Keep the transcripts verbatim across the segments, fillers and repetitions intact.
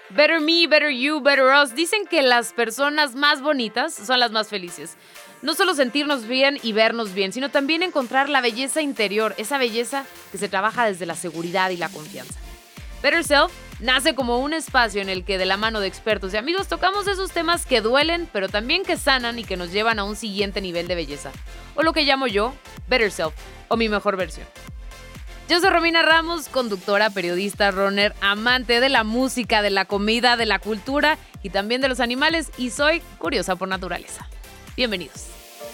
Better me, better you, better us. Dicen que las personas más bonitas son las más felices. No solo sentirnos bien y vernos bien, sino también encontrar la belleza interior, esa belleza que se trabaja desde la seguridad y la confianza. Better Self nace como un espacio en el que de la mano de expertos y amigos tocamos esos temas que duelen, pero también que sanan y que nos llevan a un siguiente nivel de belleza. O lo que llamo yo, Better Self, o mi mejor versión. Yo soy Romina Ramos, conductora, periodista, runner, amante de la música, de la comida, de la cultura y también de los animales, y soy curiosa por naturaleza. Bienvenidos.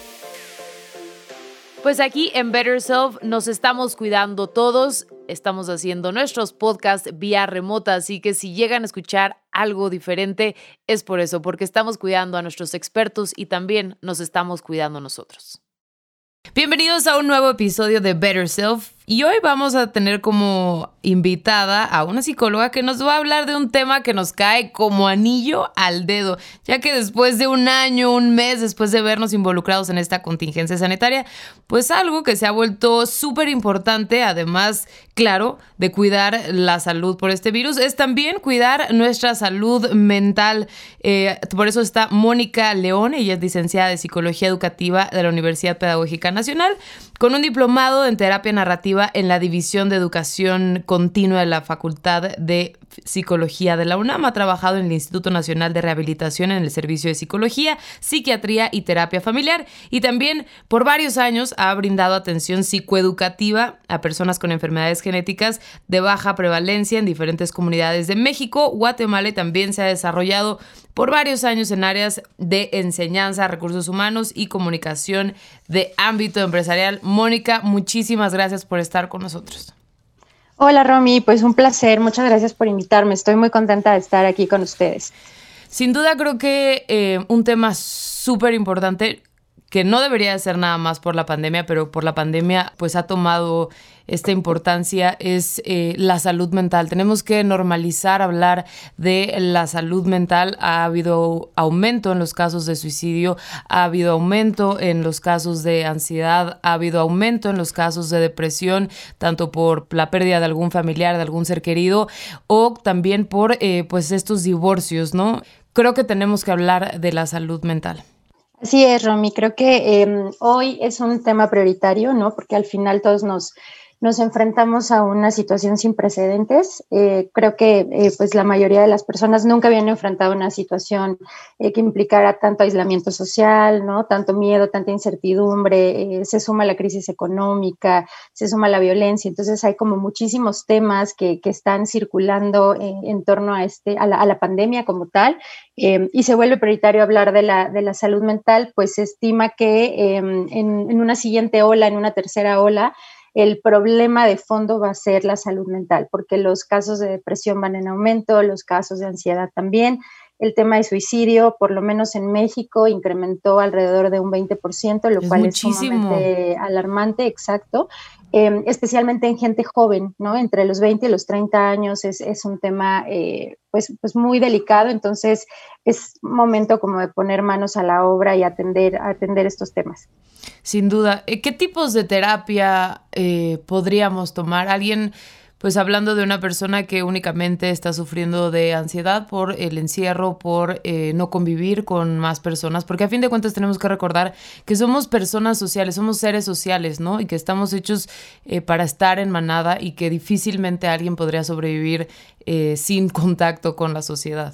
Pues aquí en Better Self nos estamos cuidando todos, estamos haciendo nuestros podcasts vía remota, así que si llegan a escuchar algo diferente es por eso, porque estamos cuidando a nuestros expertos y también nos estamos cuidando nosotros. Bienvenidos a un nuevo episodio de Better Self. Y hoy vamos a tener como invitada a una psicóloga que nos va a hablar de un tema que nos cae como anillo al dedo, ya que después de un año, un mes, después de vernos involucrados en esta contingencia sanitaria, pues algo que se ha vuelto súper importante, además, claro, de cuidar la salud por este virus, es también cuidar nuestra salud mental. Eh, por eso está Mónica León, ella es licenciada de Psicología Educativa de la Universidad Pedagógica Nacional, con un diplomado en terapia narrativa en la División de Educación Continua de la Facultad de Psicología de la UNAM. Ha trabajado en el Instituto Nacional de Rehabilitación en el Servicio de Psicología, Psiquiatría y Terapia Familiar, y también por varios años ha brindado atención psicoeducativa a personas con enfermedades genéticas de baja prevalencia en diferentes comunidades de México, Guatemala, y también se ha desarrollado por varios años en áreas de enseñanza, recursos humanos y comunicación de ámbito empresarial. Mónica, muchísimas gracias por estar con nosotros. Hola Romy, pues un placer, muchas gracias por invitarme, estoy muy contenta de estar aquí con ustedes. Sin duda creo que eh, un tema súper importante que no debería de ser nada más por la pandemia, pero por la pandemia pues ha tomado esta importancia, es eh, la salud mental. Tenemos que normalizar hablar de la salud mental. Ha habido aumento en los casos de suicidio, ha habido aumento en los casos de ansiedad, ha habido aumento en los casos de depresión, tanto por la pérdida de algún familiar, de algún ser querido, o también por eh, pues estos divorcios, ¿no? Creo que tenemos que hablar de la salud mental. Así es, Romy, creo que eh, hoy es un tema prioritario, ¿no? Porque al final todos nos, nos enfrentamos a una situación sin precedentes. Eh, creo que eh, pues la mayoría de las personas nunca habían enfrentado una situación eh, que implicara tanto aislamiento social, ¿no? Tanto miedo, tanta incertidumbre, eh, se suma la crisis económica, se suma la violencia. Entonces hay como muchísimos temas que, que están circulando eh, en torno a, este, a, la, a la pandemia como tal. Eh, y se vuelve prioritario hablar de la, de la salud mental, pues se estima que eh, en, en una siguiente ola, en una tercera ola, el problema de fondo va a ser la salud mental, porque los casos de depresión van en aumento, los casos de ansiedad también. El tema de suicidio, por lo menos en México, incrementó alrededor de un veinte por ciento, lo es cual muchísimo. Es sumamente alarmante, exacto. Eh, especialmente en gente joven, ¿no? Entre los veinte y los treinta años es, es un tema eh, pues, pues muy delicado, entonces es momento como de poner manos a la obra y atender, atender estos temas. Sin duda. ¿Qué tipos de terapia eh, podríamos tomar? Alguien, pues hablando de una persona que únicamente está sufriendo de ansiedad por el encierro, por eh, no convivir con más personas, porque a fin de cuentas tenemos que recordar que somos personas sociales, somos seres sociales, ¿no? Y que estamos hechos eh, para estar en manada y que difícilmente alguien podría sobrevivir eh, sin contacto con la sociedad.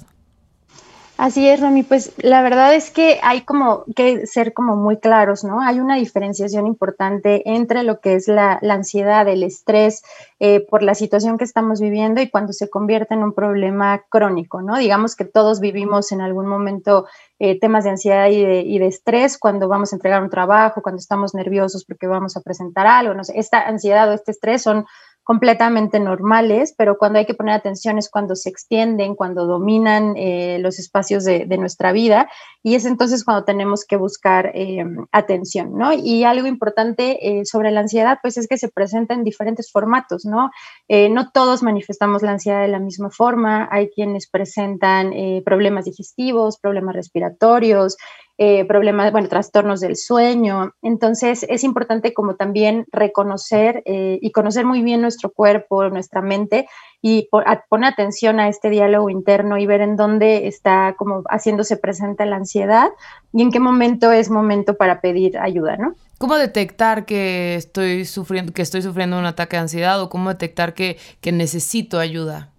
Así es, Romy, pues la verdad es que hay como que ser como muy claros, ¿no? Hay una diferenciación importante entre lo que es la, la ansiedad, el estrés eh, por la situación que estamos viviendo y cuando se convierte en un problema crónico, ¿no? Digamos que todos vivimos en algún momento eh, temas de ansiedad y de, y de estrés cuando vamos a entregar un trabajo, cuando estamos nerviosos porque vamos a presentar algo, no sé, esta ansiedad o este estrés son completamente normales, pero cuando hay que poner atención es cuando se extienden, cuando dominan eh, los espacios de, de nuestra vida, y es entonces cuando tenemos que buscar eh, atención, ¿no? Y algo importante eh, sobre la ansiedad, pues es que se presenta en diferentes formatos, ¿no? Eh, no todos manifestamos la ansiedad de la misma forma, hay quienes presentan eh, problemas digestivos, problemas respiratorios, eh, problemas, bueno, trastornos del sueño. Entonces es importante como también reconocer eh, y conocer muy bien nuestro cuerpo, nuestra mente y por, a, poner atención a este diálogo interno y ver en dónde está como haciéndose presente la ansiedad y en qué momento es momento para pedir ayuda, ¿no? ¿Cómo detectar que estoy sufriendo, que estoy sufriendo un ataque de ansiedad o cómo detectar que, que necesito ayuda?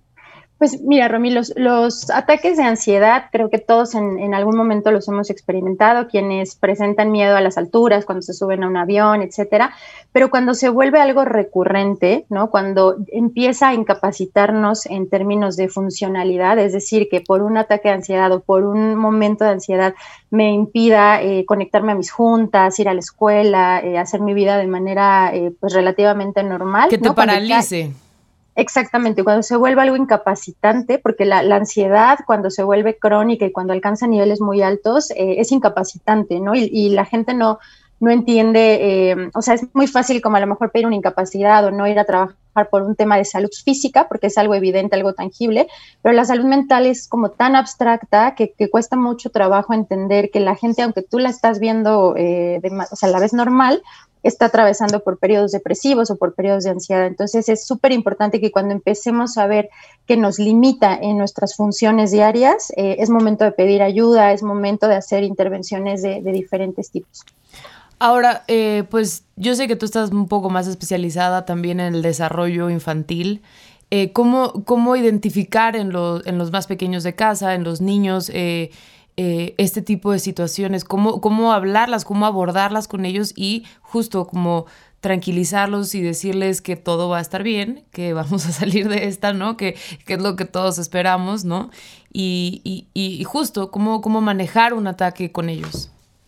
Pues mira, Romy, los, los ataques de ansiedad creo que todos en, en algún momento los hemos experimentado, quienes presentan miedo a las alturas, cuando se suben a un avión, etcétera, pero cuando se vuelve algo recurrente, ¿no? Cuando empieza a incapacitarnos en términos de funcionalidad, es decir, que por un ataque de ansiedad o por un momento de ansiedad me impida eh, conectarme a mis juntas, ir a la escuela, eh, hacer mi vida de manera eh, pues relativamente normal. Que te ¿no? paralice. Ya, exactamente, cuando se vuelve algo incapacitante, porque la, la ansiedad cuando se vuelve crónica y cuando alcanza niveles muy altos eh, es incapacitante, ¿no? Y, y la gente no, no entiende, eh, o sea, es muy fácil como a lo mejor pedir una incapacidad o no ir a trabajar por un tema de salud física, porque es algo evidente, algo tangible, pero la salud mental es como tan abstracta que, que cuesta mucho trabajo entender que la gente, aunque tú la estás viendo, eh, de, o sea, la ves normal, está atravesando por periodos depresivos o por periodos de ansiedad. Entonces es súper importante que cuando empecemos a ver que nos limita en nuestras funciones diarias, eh, es momento de pedir ayuda, es momento de hacer intervenciones de, de diferentes tipos. Ahora, eh, pues yo sé que tú estás un poco más especializada también en el desarrollo infantil. Eh, ¿cómo, ¿Cómo identificar en, lo, en los más pequeños de casa, en los niños, eh, eh, este tipo de situaciones? ¿Cómo, ¿Cómo hablarlas, cómo abordarlas con ellos y justo como tranquilizarlos y decirles que todo va a estar bien, que vamos a salir de esta, ¿no? Que, que es lo que todos esperamos, ¿no? Y, y, y justo, ¿cómo, ¿cómo manejar un ataque con ellos?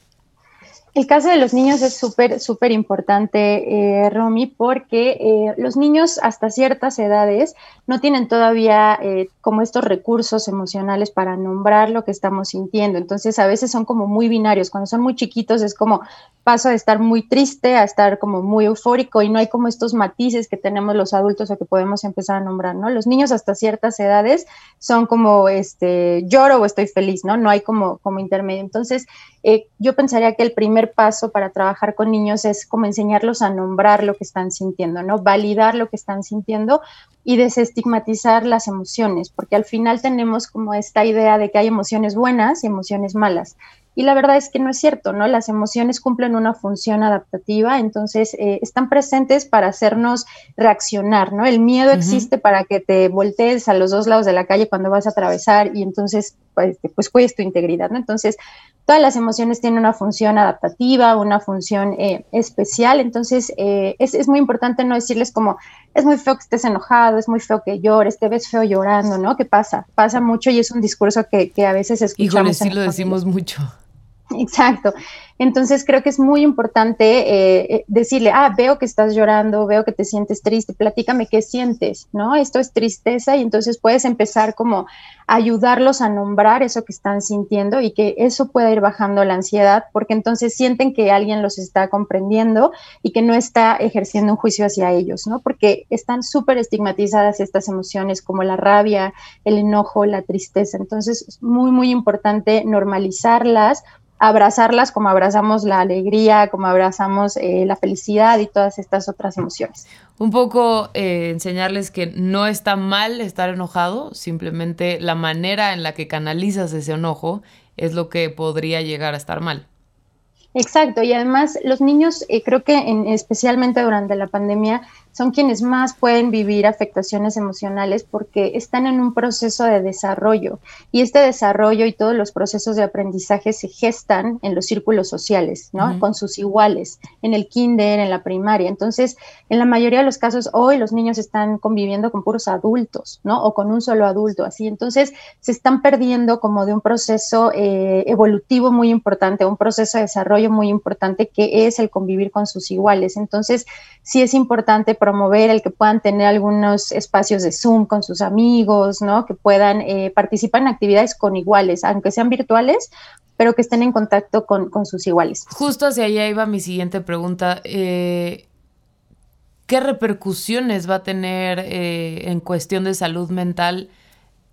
El caso de los niños es súper, súper importante, eh, Romy, porque eh, los niños hasta ciertas edades no tienen todavía eh, como estos recursos emocionales para nombrar lo que estamos sintiendo. Entonces, a veces son como muy binarios. Cuando son muy chiquitos es como paso de estar muy triste a estar como muy eufórico y no hay como estos matices que tenemos los adultos o que podemos empezar a nombrar, ¿no? Los niños hasta ciertas edades son como, este, lloro o estoy feliz, ¿no? No hay como, como intermedio. Entonces, eh, yo pensaría que el primer paso para trabajar con niños es como enseñarlos a nombrar lo que están sintiendo, ¿no? Validar lo que están sintiendo y desestigmatizar las emociones, porque al final tenemos como esta idea de que hay emociones buenas y emociones malas. Y la verdad es que no es cierto, ¿no? Las emociones cumplen una función adaptativa, entonces eh, están presentes para hacernos reaccionar, ¿no? El miedo uh-huh. existe para que te voltees a los dos lados de la calle cuando vas a atravesar y entonces pues, pues cuides tu integridad, ¿no? Entonces, todas las emociones tienen una función adaptativa, una función eh, especial, entonces eh, es, es muy importante no decirles como, es muy feo que estés enojado, es muy feo que llores, te ves feo llorando, ¿no? ¿Qué pasa? Pasa mucho y es un discurso que, que a veces escuchamos. Híjole, sí lo decimos mucho. Exacto. Entonces creo que es muy importante eh, decirle, ah, veo que estás llorando, veo que te sientes triste, platícame qué sientes, ¿no? Esto es tristeza y entonces puedes empezar como a ayudarlos a nombrar eso que están sintiendo y que eso pueda ir bajando la ansiedad porque entonces sienten que alguien los está comprendiendo y que no está ejerciendo un juicio hacia ellos, ¿no? Porque están súper estigmatizadas estas emociones como la rabia, el enojo, la tristeza. Entonces es muy, muy importante normalizarlas, abrazarlas como abrazamos la alegría, como abrazamos eh, la felicidad y todas estas otras emociones. Un poco eh, enseñarles que no está mal estar enojado, simplemente la manera en la que canalizas ese enojo es lo que podría llegar a estar mal. Exacto, y además los niños eh, creo que en, especialmente durante la pandemia son quienes más pueden vivir afectaciones emocionales porque están en un proceso de desarrollo y este desarrollo y todos los procesos de aprendizaje se gestan en los círculos sociales, ¿no? Uh-huh. Con sus iguales, en el kinder, en la primaria. Entonces, en la mayoría de los casos hoy los niños están conviviendo con puros adultos, ¿no? O con un solo adulto, así. Entonces, se están perdiendo como de un proceso eh, evolutivo muy importante, un proceso de desarrollo muy importante que es el convivir con sus iguales. Entonces, sí es importante promover el que puedan tener algunos espacios de Zoom con sus amigos, ¿no? Que puedan eh, participar en actividades con iguales, aunque sean virtuales, pero que estén en contacto con, con sus iguales. Justo hacia allá iba mi siguiente pregunta. Eh, ¿Qué repercusiones va a tener eh, en cuestión de salud mental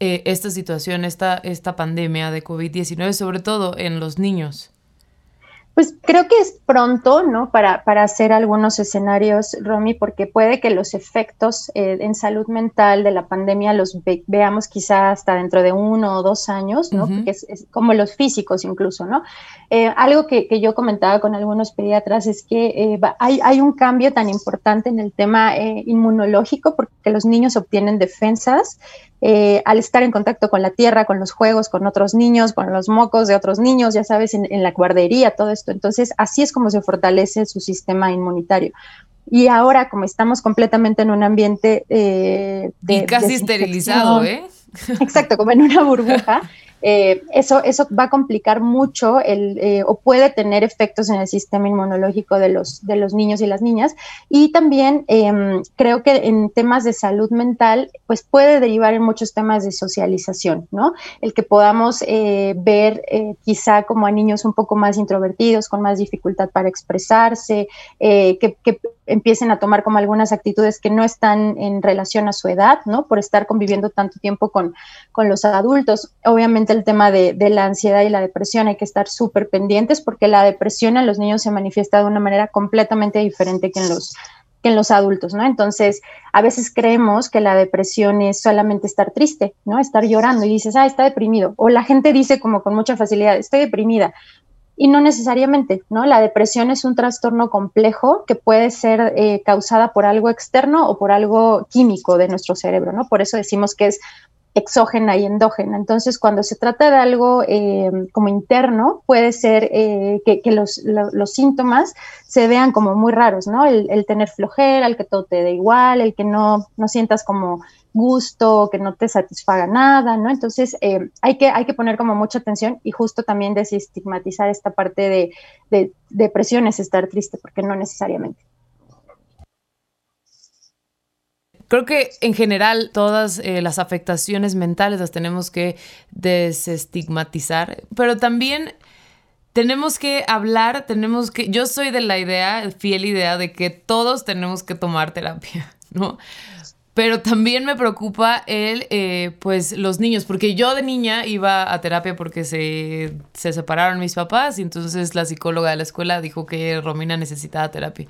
eh, esta situación, esta, esta pandemia de COVID diecinueve, sobre todo en los niños? Pues creo que es pronto, ¿no? Para, para hacer algunos escenarios, Romy, porque puede que los efectos eh, en salud mental de la pandemia los ve, veamos quizá hasta dentro de uno o dos años, ¿no? Uh-huh. Porque es, es como los físicos incluso, ¿no? Eh, algo que, que yo comentaba con algunos pediatras es que eh, va, hay, hay un cambio tan importante en el tema eh, inmunológico, porque los niños obtienen defensas Eh, al estar en contacto con la tierra, con los juegos, con otros niños, con los mocos de otros niños, ya sabes, en, en la guardería, todo esto. Entonces, así es como se fortalece su sistema inmunitario. Y ahora, como estamos completamente en un ambiente eh, de y casi esterilizado, ¿eh? Exacto, como en una burbuja. Eh, eso, eso va a complicar mucho el, eh, o puede tener efectos en el sistema inmunológico de los, de los niños y las niñas. Y también eh, creo que en temas de salud mental, pues puede derivar en muchos temas de socialización, ¿no? El que podamos eh, ver eh, quizá como a niños un poco más introvertidos, con más dificultad para expresarse, eh, que, que empiecen a tomar como algunas actitudes que no están en relación a su edad, ¿no? Por estar conviviendo tanto tiempo con, con los adultos. Obviamente el tema de, de la ansiedad y la depresión hay que estar súper pendientes porque la depresión en los niños se manifiesta de una manera completamente diferente que en los que en los adultos, ¿no? Entonces, a veces creemos que la depresión es solamente estar triste, ¿no? Estar llorando y dices, ah, está deprimido. O la gente dice como con mucha facilidad, estoy deprimida. Y no necesariamente, ¿no? La depresión es un trastorno complejo que puede ser eh, causada por algo externo o por algo químico de nuestro cerebro, ¿no? Por eso decimos que es exógena y endógena. Entonces, cuando se trata de algo eh, como interno, puede ser eh, que, que los, lo, los síntomas se vean como muy raros, ¿no? El, el tener flojera, el que todo te dé igual, el que no, no sientas como gusto, que no te satisfaga nada, ¿no? Entonces, eh, hay, que, hay que poner como mucha atención y justo también desestigmatizar esta parte de, de depresión es estar triste, porque no necesariamente. Creo que en general todas eh, las afectaciones mentales las tenemos que desestigmatizar, pero también tenemos que hablar, tenemos que... Yo soy de la idea, fiel idea, de que todos tenemos que tomar terapia, ¿no? Pero también me preocupa el, eh, pues, los niños, porque yo de niña iba a terapia porque se, se separaron mis papás y entonces la psicóloga de la escuela dijo que Romina necesitaba terapia.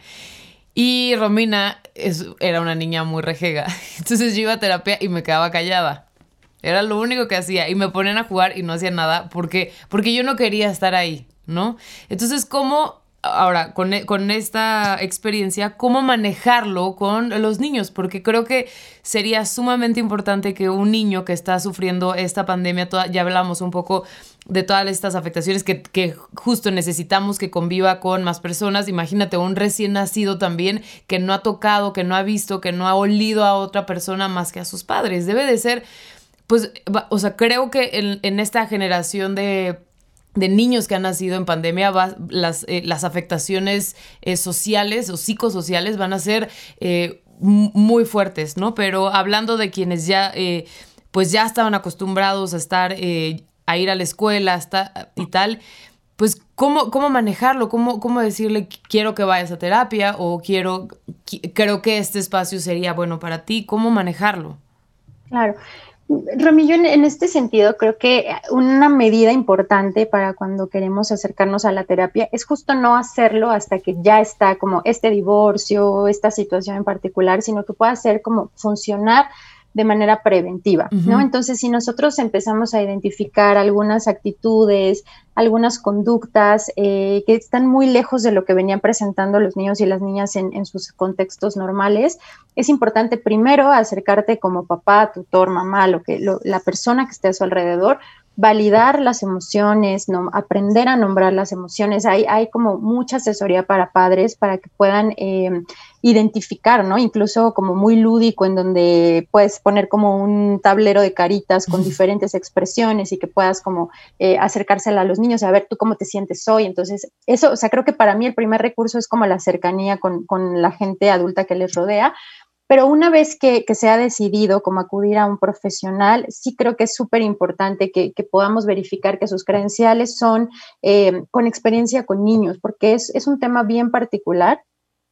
Y Romina es, era una niña muy rejega. Entonces yo iba a terapia y me quedaba callada. Era lo único que hacía. Y me ponían a jugar y no hacía nada porque, porque yo no quería estar ahí, ¿no? Entonces, ¿cómo... Ahora, con, con esta experiencia, ¿cómo manejarlo con los niños? Porque creo que sería sumamente importante que un niño que está sufriendo esta pandemia, toda, ya hablamos un poco de todas estas afectaciones que, que justo necesitamos que conviva con más personas. Imagínate un recién nacido también que no ha tocado, que no ha visto, que no ha olido a otra persona más que a sus padres. Debe de ser, pues, o sea, creo que en, en esta generación de... de niños que han nacido en pandemia, va, las, eh, las afectaciones eh, sociales o psicosociales van a ser eh, muy fuertes, ¿no? Pero hablando de quienes ya, eh, pues ya estaban acostumbrados a estar, eh, a ir a la escuela hasta, y tal, pues ¿cómo, cómo manejarlo? ¿Cómo, cómo decirle quiero que vayas a terapia o quiero, qu- creo que este espacio sería bueno para ti? ¿Cómo manejarlo? Claro. Romy, yo en, en este sentido creo que una medida importante para cuando queremos acercarnos a la terapia es justo no hacerlo hasta que ya está como este divorcio, esta situación en particular, sino que pueda ser como funcionar de manera preventiva, ¿no? Uh-huh. Entonces, si nosotros empezamos a identificar algunas actitudes, algunas conductas eh, que están muy lejos de lo que venían presentando los niños y las niñas en, en sus contextos normales, es importante primero acercarte como papá, tutor, mamá, lo que, lo, la persona que esté a su alrededor, validar las emociones, no, aprender a nombrar las emociones. Hay, hay como mucha asesoría para padres para que puedan eh, identificar, ¿no? Incluso como muy lúdico, en donde puedes poner como un tablero de caritas con diferentes expresiones y que puedas como eh, acercársela a los niños, a ver tú cómo te sientes hoy. Entonces, eso, o sea, creo que para mí el primer recurso es como la cercanía con, con la gente adulta que les rodea. Pero una vez que, que se ha decidido como acudir a un profesional, sí creo que es súper importante que, que podamos verificar que sus credenciales son eh, con experiencia con niños, porque es, es un tema bien particular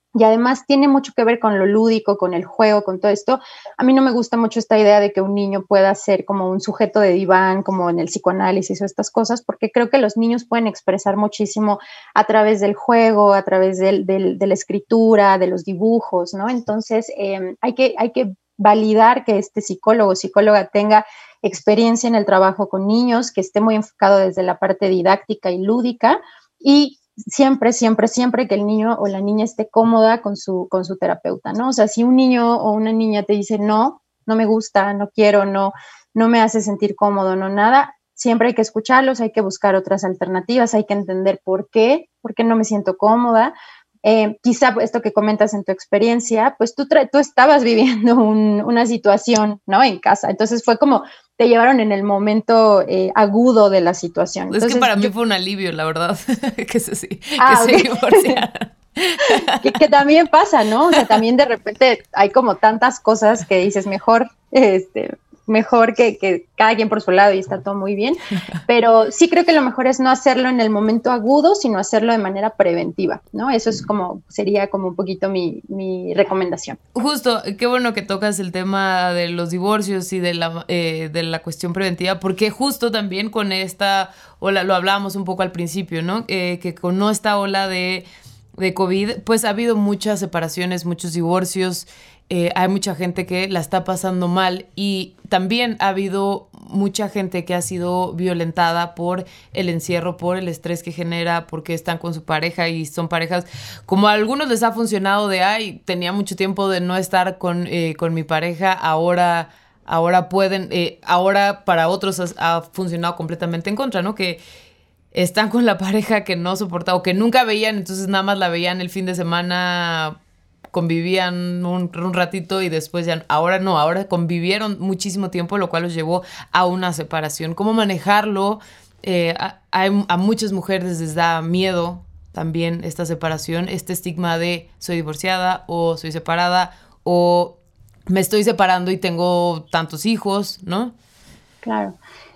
y además tiene mucho que ver con lo lúdico, con el juego, con todo esto. A mí no me gusta mucho esta idea de que un niño pueda ser como un sujeto de diván, como en el psicoanálisis o estas cosas, porque creo que los niños pueden expresar muchísimo a través del juego, a través del, del, de la escritura, de los dibujos, ¿no? Entonces, eh, hay que, hay que validar que este psicólogo o psicóloga tenga experiencia en el trabajo con niños, que esté muy enfocado desde la parte didáctica y lúdica, y siempre, siempre, siempre que el niño o la niña esté cómoda con su, con su terapeuta, ¿no? O sea, si un niño o una niña te dice, no, no me gusta, no quiero, no, no me hace sentir cómodo, no nada, siempre hay que escucharlos, hay que buscar otras alternativas, hay que entender por qué, por qué no me siento cómoda. Eh, quizá esto que comentas en tu experiencia, pues tú, tú estabas viviendo un, una situación, ¿no? En casa, entonces fue como te llevaron en el momento eh, agudo de la situación. Es entonces, que para yo, mí fue un alivio, la verdad, que se, ah, que okay. se divorciaran. que, que también pasa, ¿no? O sea, también de repente hay como tantas cosas que dices, mejor, este, mejor que, que cada quien por su lado y está todo muy bien, pero sí creo que lo mejor es no hacerlo en el momento agudo, sino hacerlo de manera preventiva, ¿no? Eso es como, sería como un poquito mi, mi recomendación. Justo, qué bueno que tocas el tema de los divorcios y de la, eh, de la cuestión preventiva, porque justo también con esta ola, lo hablábamos un poco al principio, ¿no? Eh, que con esta ola de, de COVID, pues ha habido muchas separaciones, muchos divorcios, eh, hay mucha gente que la está pasando mal y también ha habido mucha gente que ha sido violentada por el encierro, por el estrés que genera, porque están con su pareja y son parejas, como a algunos les ha funcionado de, ay, tenía mucho tiempo de no estar con, eh, con mi pareja, ahora, ahora pueden, eh, ahora para otros ha, ha funcionado completamente en contra, ¿no? Que están con la pareja que no soportaba o que nunca veían, entonces nada más la veían el fin de semana, convivían un, un ratito y después ya, ahora no, ahora convivieron muchísimo tiempo, lo cual los llevó a una separación. ¿Cómo manejarlo? Eh, a, a, a muchas mujeres les da miedo también esta separación, este estigma de soy divorciada o soy separada o me estoy separando y tengo tantos hijos, ¿no? Claro.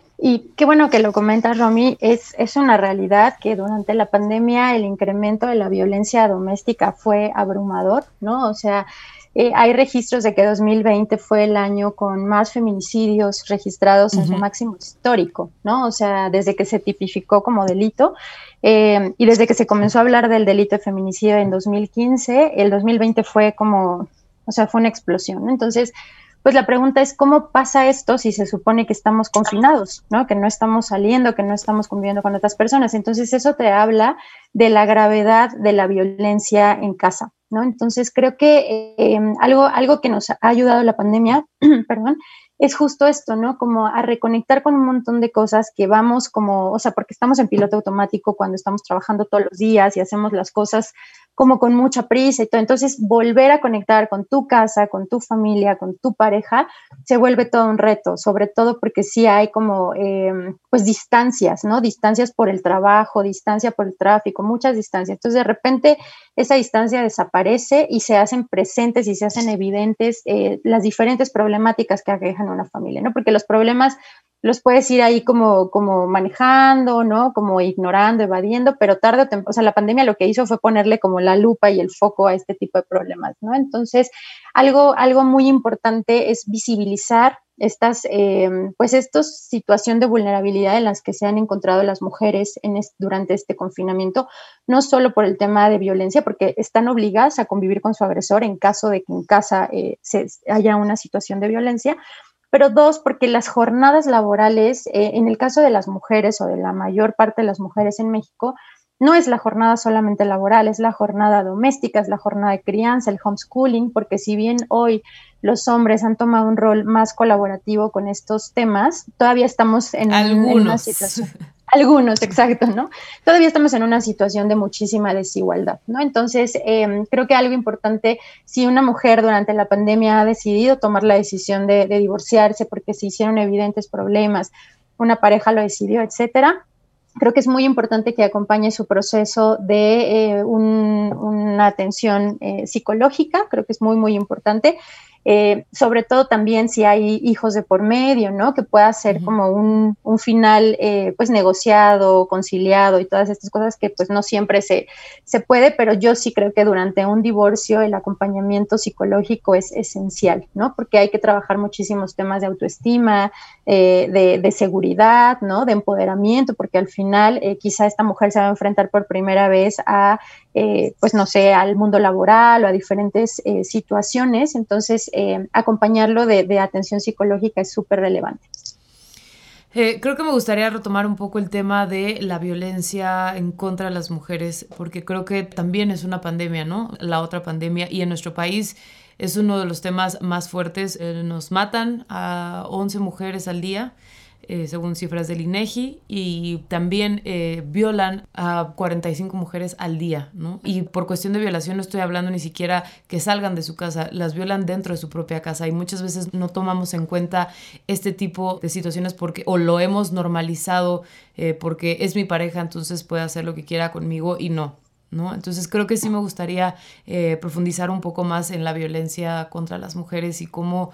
Y qué bueno que lo comentas, Romy, es, es una realidad que durante la pandemia el incremento de la violencia doméstica fue abrumador, ¿no? O sea, eh, hay registros de que dos mil veinte fue el año con más feminicidios registrados uh-huh. en su máximo histórico, ¿no? O sea, desde que se tipificó como delito eh, y desde que se comenzó a hablar del delito de feminicidio en dos mil quince, el dos mil veinte fue como, o sea, fue una explosión, ¿no? Entonces, pues la pregunta es, ¿cómo pasa esto si se supone que estamos confinados, ¿no? Que no estamos saliendo, que no estamos conviviendo con otras personas? Entonces, eso te habla de la gravedad de la violencia en casa, ¿no? Entonces, creo que eh, algo, algo que nos ha ayudado la pandemia, perdón, es justo esto, ¿no? Como a reconectar con un montón de cosas que vamos como, o sea, porque estamos en piloto automático cuando estamos trabajando todos los días y hacemos las cosas como con mucha prisa y todo. Entonces, volver a conectar con tu casa, con tu familia, con tu pareja, se vuelve todo un reto, sobre todo porque sí hay como, eh, pues, distancias, ¿no? Distancias por el trabajo, distancia por el tráfico, muchas distancias. Entonces, de repente, esa distancia desaparece y se hacen presentes y se hacen evidentes eh, las diferentes problemáticas que aquejan a una familia, ¿no? Porque los problemas los puedes ir ahí como, como manejando, ¿no? Como ignorando, evadiendo, pero tarde o temprano, o sea, la pandemia lo que hizo fue ponerle como la lupa y el foco a este tipo de problemas, ¿no? Entonces, algo, algo muy importante es visibilizar estas, eh, pues, estos situación de vulnerabilidad en las que se han encontrado las mujeres en este, durante este confinamiento, no solo por el tema de violencia, porque están obligadas a convivir con su agresor en caso de que en casa eh, se, haya una situación de violencia, pero dos, porque las jornadas laborales, eh, en el caso de las mujeres o de la mayor parte de las mujeres en México, no es la jornada solamente laboral, es la jornada doméstica, es la jornada de crianza, el homeschooling, porque si bien hoy los hombres han tomado un rol más colaborativo con estos temas, todavía estamos en, un, en una situación... Algunos, exacto, ¿no? Todavía estamos en una situación de muchísima desigualdad, ¿no? Entonces, eh, creo que algo importante, si una mujer durante la pandemia ha decidido tomar la decisión de, de divorciarse porque se hicieron evidentes problemas, una pareja lo decidió, etcétera, creo que es muy importante que acompañe su proceso de eh, un, una atención eh, psicológica, creo que es muy, muy importante. eh, sobre todo también si hay hijos de por medio, ¿no? Que pueda ser uh-huh. como un, un final eh, pues negociado, conciliado y todas estas cosas que pues no siempre se, se puede, pero yo sí creo que durante un divorcio el acompañamiento psicológico es esencial, ¿no? Porque hay que trabajar muchísimos temas de autoestima, eh, de, de seguridad, ¿no? De empoderamiento, porque al final eh, quizá esta mujer se va a enfrentar por primera vez a, eh, pues no sé, al mundo laboral o a diferentes eh, situaciones, entonces eh, acompañarlo de, de atención psicológica es súper relevante. Eh, creo que me gustaría retomar un poco el tema de la violencia en contra de las mujeres, porque creo que también es una pandemia, ¿no? La otra pandemia, y en nuestro país es uno de los temas más fuertes. Eh, nos matan a once mujeres al día, eh, según cifras del INEGI, y también eh, violan a cuarenta y cinco mujeres al día, ¿no? Y por cuestión de violación no estoy hablando ni siquiera que salgan de su casa, las violan dentro de su propia casa, y muchas veces no tomamos en cuenta este tipo de situaciones porque o lo hemos normalizado eh, porque es mi pareja, entonces puede hacer lo que quiera conmigo, y no, ¿no? Entonces creo que sí me gustaría eh, profundizar un poco más en la violencia contra las mujeres y cómo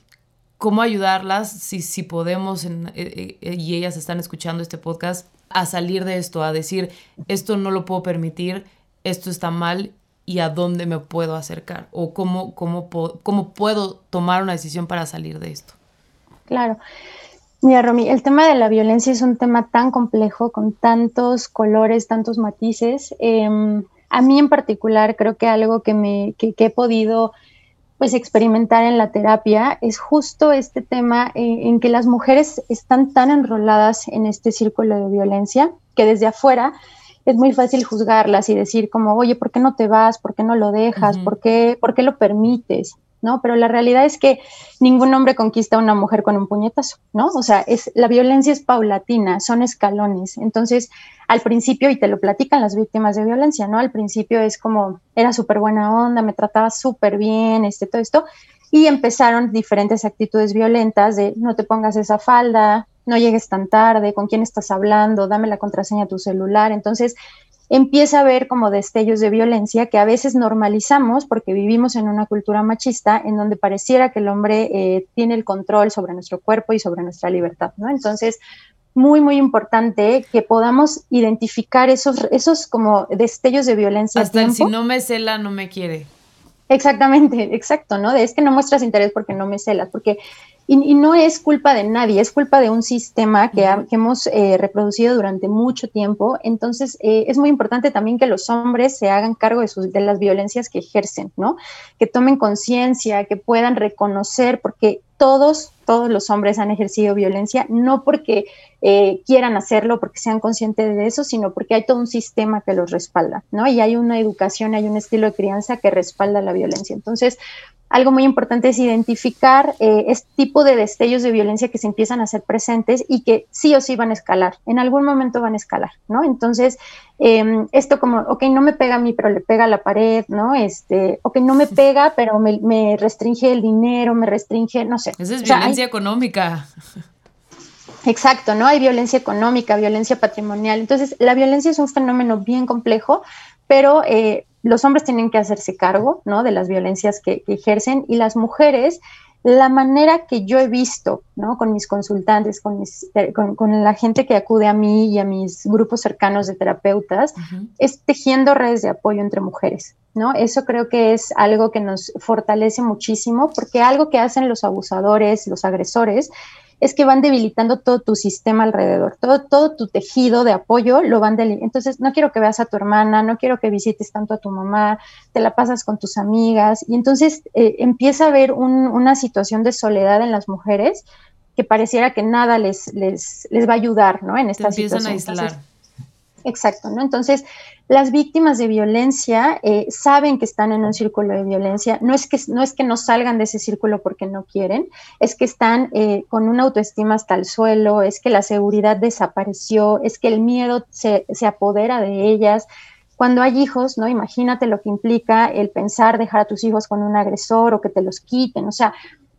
cómo ayudarlas, si, si podemos, en, eh, eh, y ellas están escuchando este podcast, a salir de esto, a decir, esto no lo puedo permitir, esto está mal, y a dónde me puedo acercar, o cómo, cómo, cómo puedo tomar una decisión para salir de esto. Claro. Mira, Romy, el tema de la violencia es un tema tan complejo, con tantos colores, tantos matices. Eh, a mí en particular creo que algo que, me, que, que he podido pues experimentar en la terapia es justo este tema eh, en que las mujeres están tan enroladas en este círculo de violencia que desde afuera es muy fácil juzgarlas y decir como, oye, ¿por qué no te vas? ¿Por qué no lo dejas? Uh-huh. ¿Por qué, por qué lo permites? ¿No? Pero la realidad es que ningún hombre conquista a una mujer con un puñetazo, ¿no? O sea, es, la violencia es paulatina, son escalones. Entonces, al principio, y te lo platican las víctimas de violencia, ¿no? Al principio es como, era súper buena onda, me trataba súper bien, este, todo esto, y empezaron diferentes actitudes violentas de no te pongas esa falda, no llegues tan tarde, con quién estás hablando, dame la contraseña a tu celular. Entonces, empieza a haber como destellos de violencia que a veces normalizamos porque vivimos en una cultura machista en donde pareciera que el hombre eh, tiene el control sobre nuestro cuerpo y sobre nuestra libertad, ¿no? Entonces, muy, muy importante que podamos identificar esos, esos como destellos de violencia. Hasta el si no me cela, no me quiere. Exactamente, exacto, ¿no? De es que no muestras interés porque no me celas, porque y, y no es culpa de nadie, es culpa de un sistema que, ha, que hemos eh, reproducido durante mucho tiempo. Entonces, eh, es muy importante también que los hombres se hagan cargo de, sus, de las violencias que ejercen, ¿no? Que tomen conciencia, que puedan reconocer, porque todos, todos los hombres han ejercido violencia, no porque eh, quieran hacerlo, porque sean conscientes de eso, sino porque hay todo un sistema que los respalda, ¿no? Y hay una educación, hay un estilo de crianza que respalda la violencia. Entonces, algo muy importante es identificar eh, este tipo de destellos de violencia que se empiezan a hacer presentes y que sí o sí van a escalar, en algún momento van a escalar, ¿no? Entonces, eh, esto como, ok, no me pega a mí, pero le pega a la pared, ¿no? Este, ok, no me pega, pero me, me restringe el dinero, me restringe, no sé. Esa es o sea, violencia hay, económica. Exacto, ¿no? Hay violencia económica, violencia patrimonial. Entonces, la violencia es un fenómeno bien complejo, pero eh, los hombres tienen que hacerse cargo, ¿no? De las violencias que, que ejercen, y las mujeres, la manera que yo he visto, ¿no? Con mis consultantes, con, mis, con, con la gente que acude a mí y a mis grupos cercanos de terapeutas, uh-huh. es tejiendo redes de apoyo entre mujeres, ¿no? Eso creo que es algo que nos fortalece muchísimo, porque algo que hacen los abusadores, los agresores, es que van debilitando todo tu sistema alrededor, todo, todo tu tejido de apoyo lo van debilitando. Entonces, no quiero que veas a tu hermana, no quiero que visites tanto a tu mamá, te la pasas con tus amigas, y entonces eh, empieza a haber un, una situación de soledad en las mujeres que pareciera que nada les, les, les va a ayudar, ¿no? En esta te empiezan situación. a aislar. Entonces, exacto, ¿no? Entonces, las víctimas de violencia eh, saben que están en un círculo de violencia, no es que no, es que no salgan de ese círculo porque no quieren, es que están eh, con una autoestima hasta el suelo, es que la seguridad desapareció, es que el miedo se, se apodera de ellas. Cuando hay hijos, ¿no? Imagínate lo que implica el pensar dejar a tus hijos con un agresor o que te los quiten, o sea,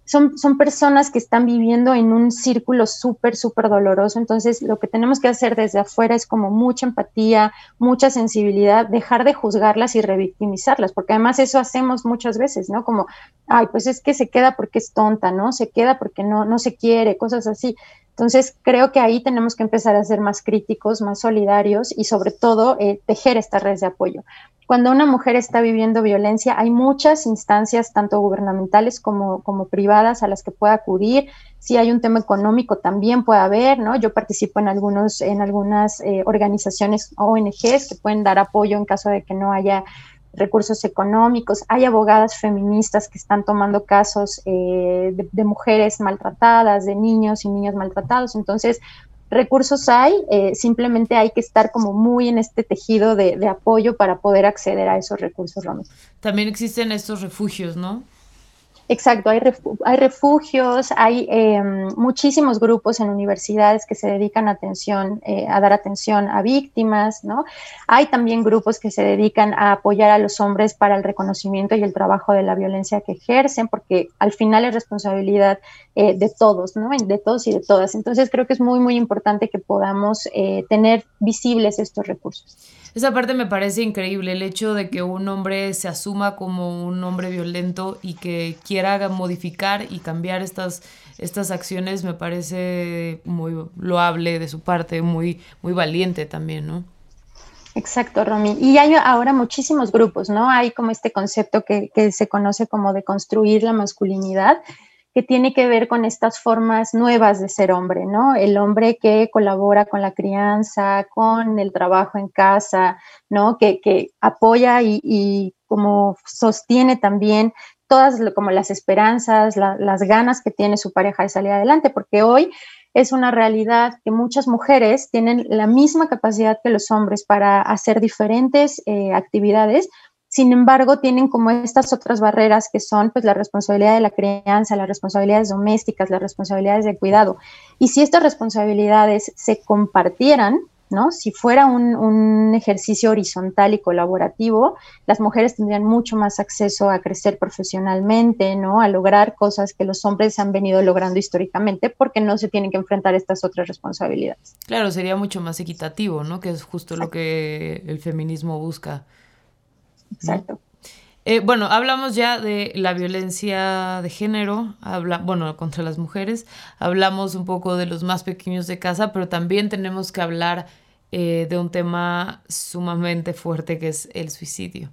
son, son personas que están viviendo en un círculo súper, súper doloroso. Entonces, lo que tenemos que hacer desde afuera es como mucha empatía, mucha sensibilidad, dejar de juzgarlas y revictimizarlas, porque además eso hacemos muchas veces, ¿no? Como, ay, pues es que se queda porque es tonta, ¿no? Se queda porque no, no se quiere, cosas así. Entonces, creo que ahí tenemos que empezar a ser más críticos, más solidarios y sobre todo eh, tejer estas redes de apoyo. Cuando una mujer está viviendo violencia, hay muchas instancias, tanto gubernamentales como, como privadas, a las que pueda acudir. Si hay un tema económico, también puede haber, ¿no? Yo participo en, algunos, en algunas eh, organizaciones O N Ges que pueden dar apoyo en caso de que no haya recursos económicos. Hay abogadas feministas que están tomando casos eh, de, de mujeres maltratadas, de niños y niños maltratados. Entonces, recursos hay, eh, simplemente hay que estar como muy en este tejido de, de apoyo para poder acceder a esos recursos, Romy. También existen estos refugios, ¿no? Exacto, hay, refu hay refugios, hay eh, muchísimos grupos en universidades que se dedican a, atención, eh, a dar atención a víctimas, ¿no? Hay también grupos que se dedican a apoyar a los hombres para el reconocimiento y el trabajo de la violencia que ejercen, porque al final es responsabilidad eh, de todos, ¿no? De todos y de todas. Entonces creo que es muy, muy importante que podamos eh, tener visibles estos recursos. Esa parte me parece increíble, el hecho de que un hombre se asuma como un hombre violento y que quiera modificar y cambiar estas, estas acciones me parece muy loable de su parte, muy, muy valiente también, ¿no? Exacto, Romy. Y hay ahora muchísimos grupos, ¿no? Hay como este concepto que, que se conoce como de construir la masculinidad, que tiene que ver con estas formas nuevas de ser hombre, ¿no? El hombre que colabora con la crianza, con el trabajo en casa, ¿no? Que, que apoya y, y como sostiene también todas como las esperanzas, la, las ganas que tiene su pareja de salir adelante, porque hoy es una realidad que muchas mujeres tienen la misma capacidad que los hombres para hacer diferentes eh, actividades. Sin embargo, tienen como estas otras barreras que son pues la responsabilidad de la crianza, las responsabilidades domésticas, las responsabilidades de cuidado. Y si estas responsabilidades se compartieran, ¿no? Si fuera un, un ejercicio horizontal y colaborativo, las mujeres tendrían mucho más acceso a crecer profesionalmente, ¿no? A lograr cosas que los hombres han venido logrando históricamente porque no se tienen que enfrentar a estas otras responsabilidades. Claro, sería mucho más equitativo, ¿no? Que es justo Exacto. Lo que el feminismo busca. Exacto. ¿No? Eh, bueno, hablamos ya de la violencia de género, habla, bueno, contra las mujeres, hablamos un poco de los más pequeños de casa, pero también tenemos que hablar eh, de un tema sumamente fuerte que es el suicidio.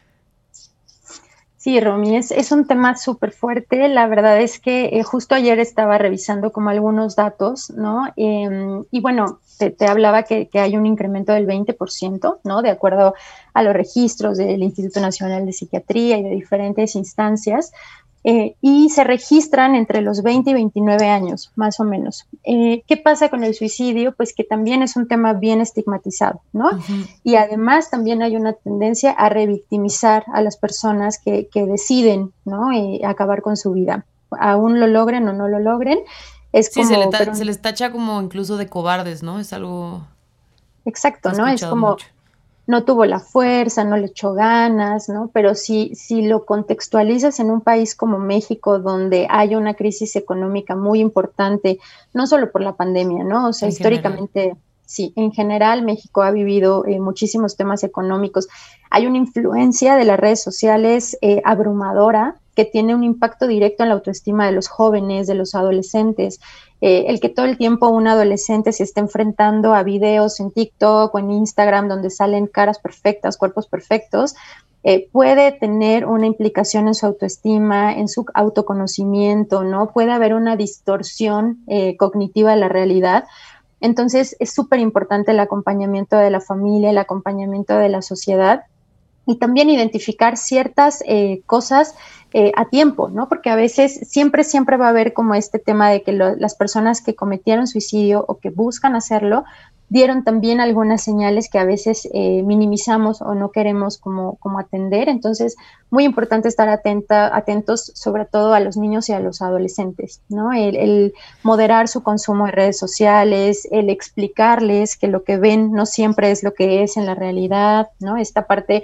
Sí, Romy, es, es un tema súper fuerte. La verdad es que eh, justo ayer estaba revisando como algunos datos, ¿no? Eh, y bueno, te, te hablaba que, que hay un incremento del veinte por ciento, ¿no? De acuerdo a los registros del Instituto Nacional de Psiquiatría y de diferentes instancias. Eh, y se registran entre los veinte y veintinueve años, más o menos. Eh, ¿Qué pasa con el suicidio? Pues que también es un tema bien estigmatizado, ¿no? Uh-huh. Y además también hay una tendencia a revictimizar a las personas que, que deciden, ¿no? Eh, acabar con su vida. Aún lo logren o no lo logren. Es sí, como, se, le ta- pero, se les tacha como incluso de cobardes, ¿no? Es algo... Exacto, ¿no? Es como... Mucho. No tuvo la fuerza, no le echó ganas, ¿no? Pero si, si lo contextualizas en un país como México, donde hay una crisis económica muy importante, no solo por la pandemia, ¿no? O sea, en históricamente, general. Sí, en general México ha vivido eh, muchísimos temas económicos. Hay una influencia de las redes sociales eh, abrumadora que tiene un impacto directo en la autoestima de los jóvenes, de los adolescentes. Eh, el que todo el tiempo un adolescente se esté enfrentando a videos en TikTok o en Instagram donde salen caras perfectas, cuerpos perfectos, eh, puede tener una implicación en su autoestima, en su autoconocimiento, ¿no? Puede haber una distorsión eh, cognitiva de la realidad. Entonces, es súper importante el acompañamiento de la familia, el acompañamiento de la sociedad y también identificar ciertas eh, cosas eh, a tiempo, ¿no? Porque a veces siempre, siempre va a haber como este tema de que lo, las personas que cometieron suicidio o que buscan hacerlo dieron también algunas señales que a veces eh, minimizamos o no queremos como, como atender. Entonces, muy importante estar atenta, atentos sobre todo a los niños y a los adolescentes, ¿no? El, el moderar su consumo de redes sociales, el explicarles que lo que ven no siempre es lo que es en la realidad, ¿no? Esta parte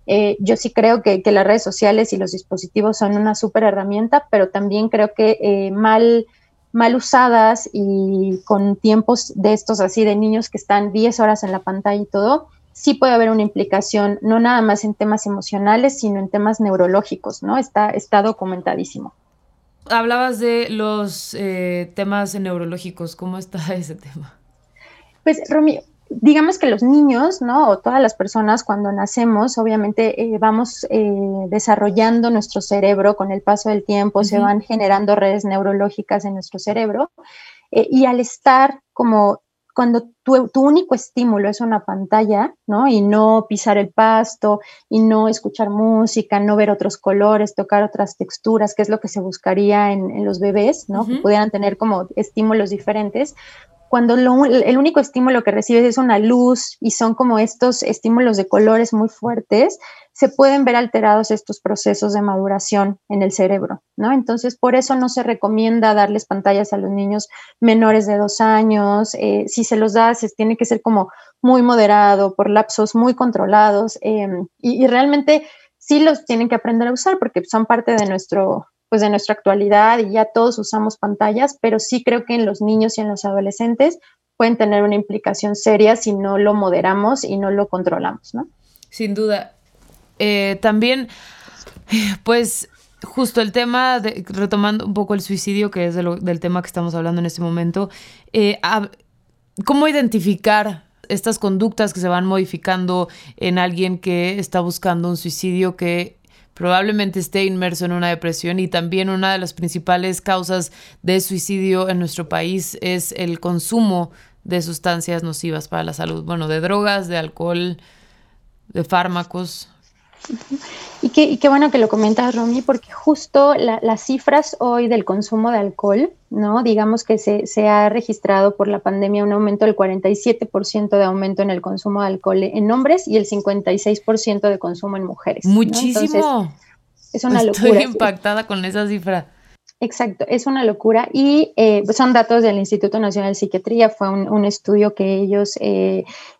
Eh, yo sí creo que, que las redes sociales y los dispositivos son una súper herramienta, pero también creo que eh, mal, mal usadas y con tiempos de estos así de niños que están diez horas en la pantalla y todo, sí puede haber una implicación, no nada más en temas emocionales, sino en temas neurológicos, ¿no? Está, está documentadísimo. Hablabas de los eh, temas neurológicos, ¿cómo está ese tema? Pues, Romy, digamos que los niños, ¿no? O todas las personas cuando nacemos, obviamente eh, vamos eh, desarrollando nuestro cerebro con el paso del tiempo, uh-huh. Se van generando redes neurológicas en nuestro cerebro, eh, y al estar como cuando tu, tu único estímulo es una pantalla, ¿no? Y no pisar el pasto, y no escuchar música, no ver otros colores, tocar otras texturas, que es lo que se buscaría en, en los bebés, ¿no? Uh-huh. Que pudieran tener como estímulos diferentes. Cuando lo, el único estímulo que recibes es una luz y son como estos estímulos de colores muy fuertes, se pueden ver alterados estos procesos de maduración en el cerebro, ¿no? Entonces, por eso no se recomienda darles pantallas a los niños menores de dos años. Eh, si se los da, se tiene que ser como muy moderado, por lapsos muy controlados, eh, y, y realmente sí los tienen que aprender a usar porque son parte de nuestro... pues de nuestra actualidad y ya todos usamos pantallas, pero sí creo que en los niños y en los adolescentes pueden tener una implicación seria si no lo moderamos y no lo controlamos, ¿no? Sin duda. Eh, también, pues, justo el tema, de, retomando un poco el suicidio, que es de lo, del tema que estamos hablando en este momento, eh, a, ¿cómo identificar estas conductas que se van modificando en alguien que está buscando un suicidio, que probablemente esté inmerso en una depresión? Y también una de las principales causas de suicidio en nuestro país es el consumo de sustancias nocivas para la salud. Bueno, de drogas, de alcohol, de fármacos. Y qué, y qué bueno que lo comentas, Romy, porque justo la, las cifras hoy del consumo de alcohol, ¿no? Digamos que se, se ha registrado por la pandemia un aumento del cuarenta y siete por ciento de aumento en el consumo de alcohol en hombres y el cincuenta y seis por ciento de consumo en mujeres. Muchísimo. ¿No? Entonces, es una Estoy locura. impactada sí. con esa cifra. Exacto, es una locura y eh, son datos del Instituto Nacional de Psiquiatría, fue un, un estudio que ellos eh,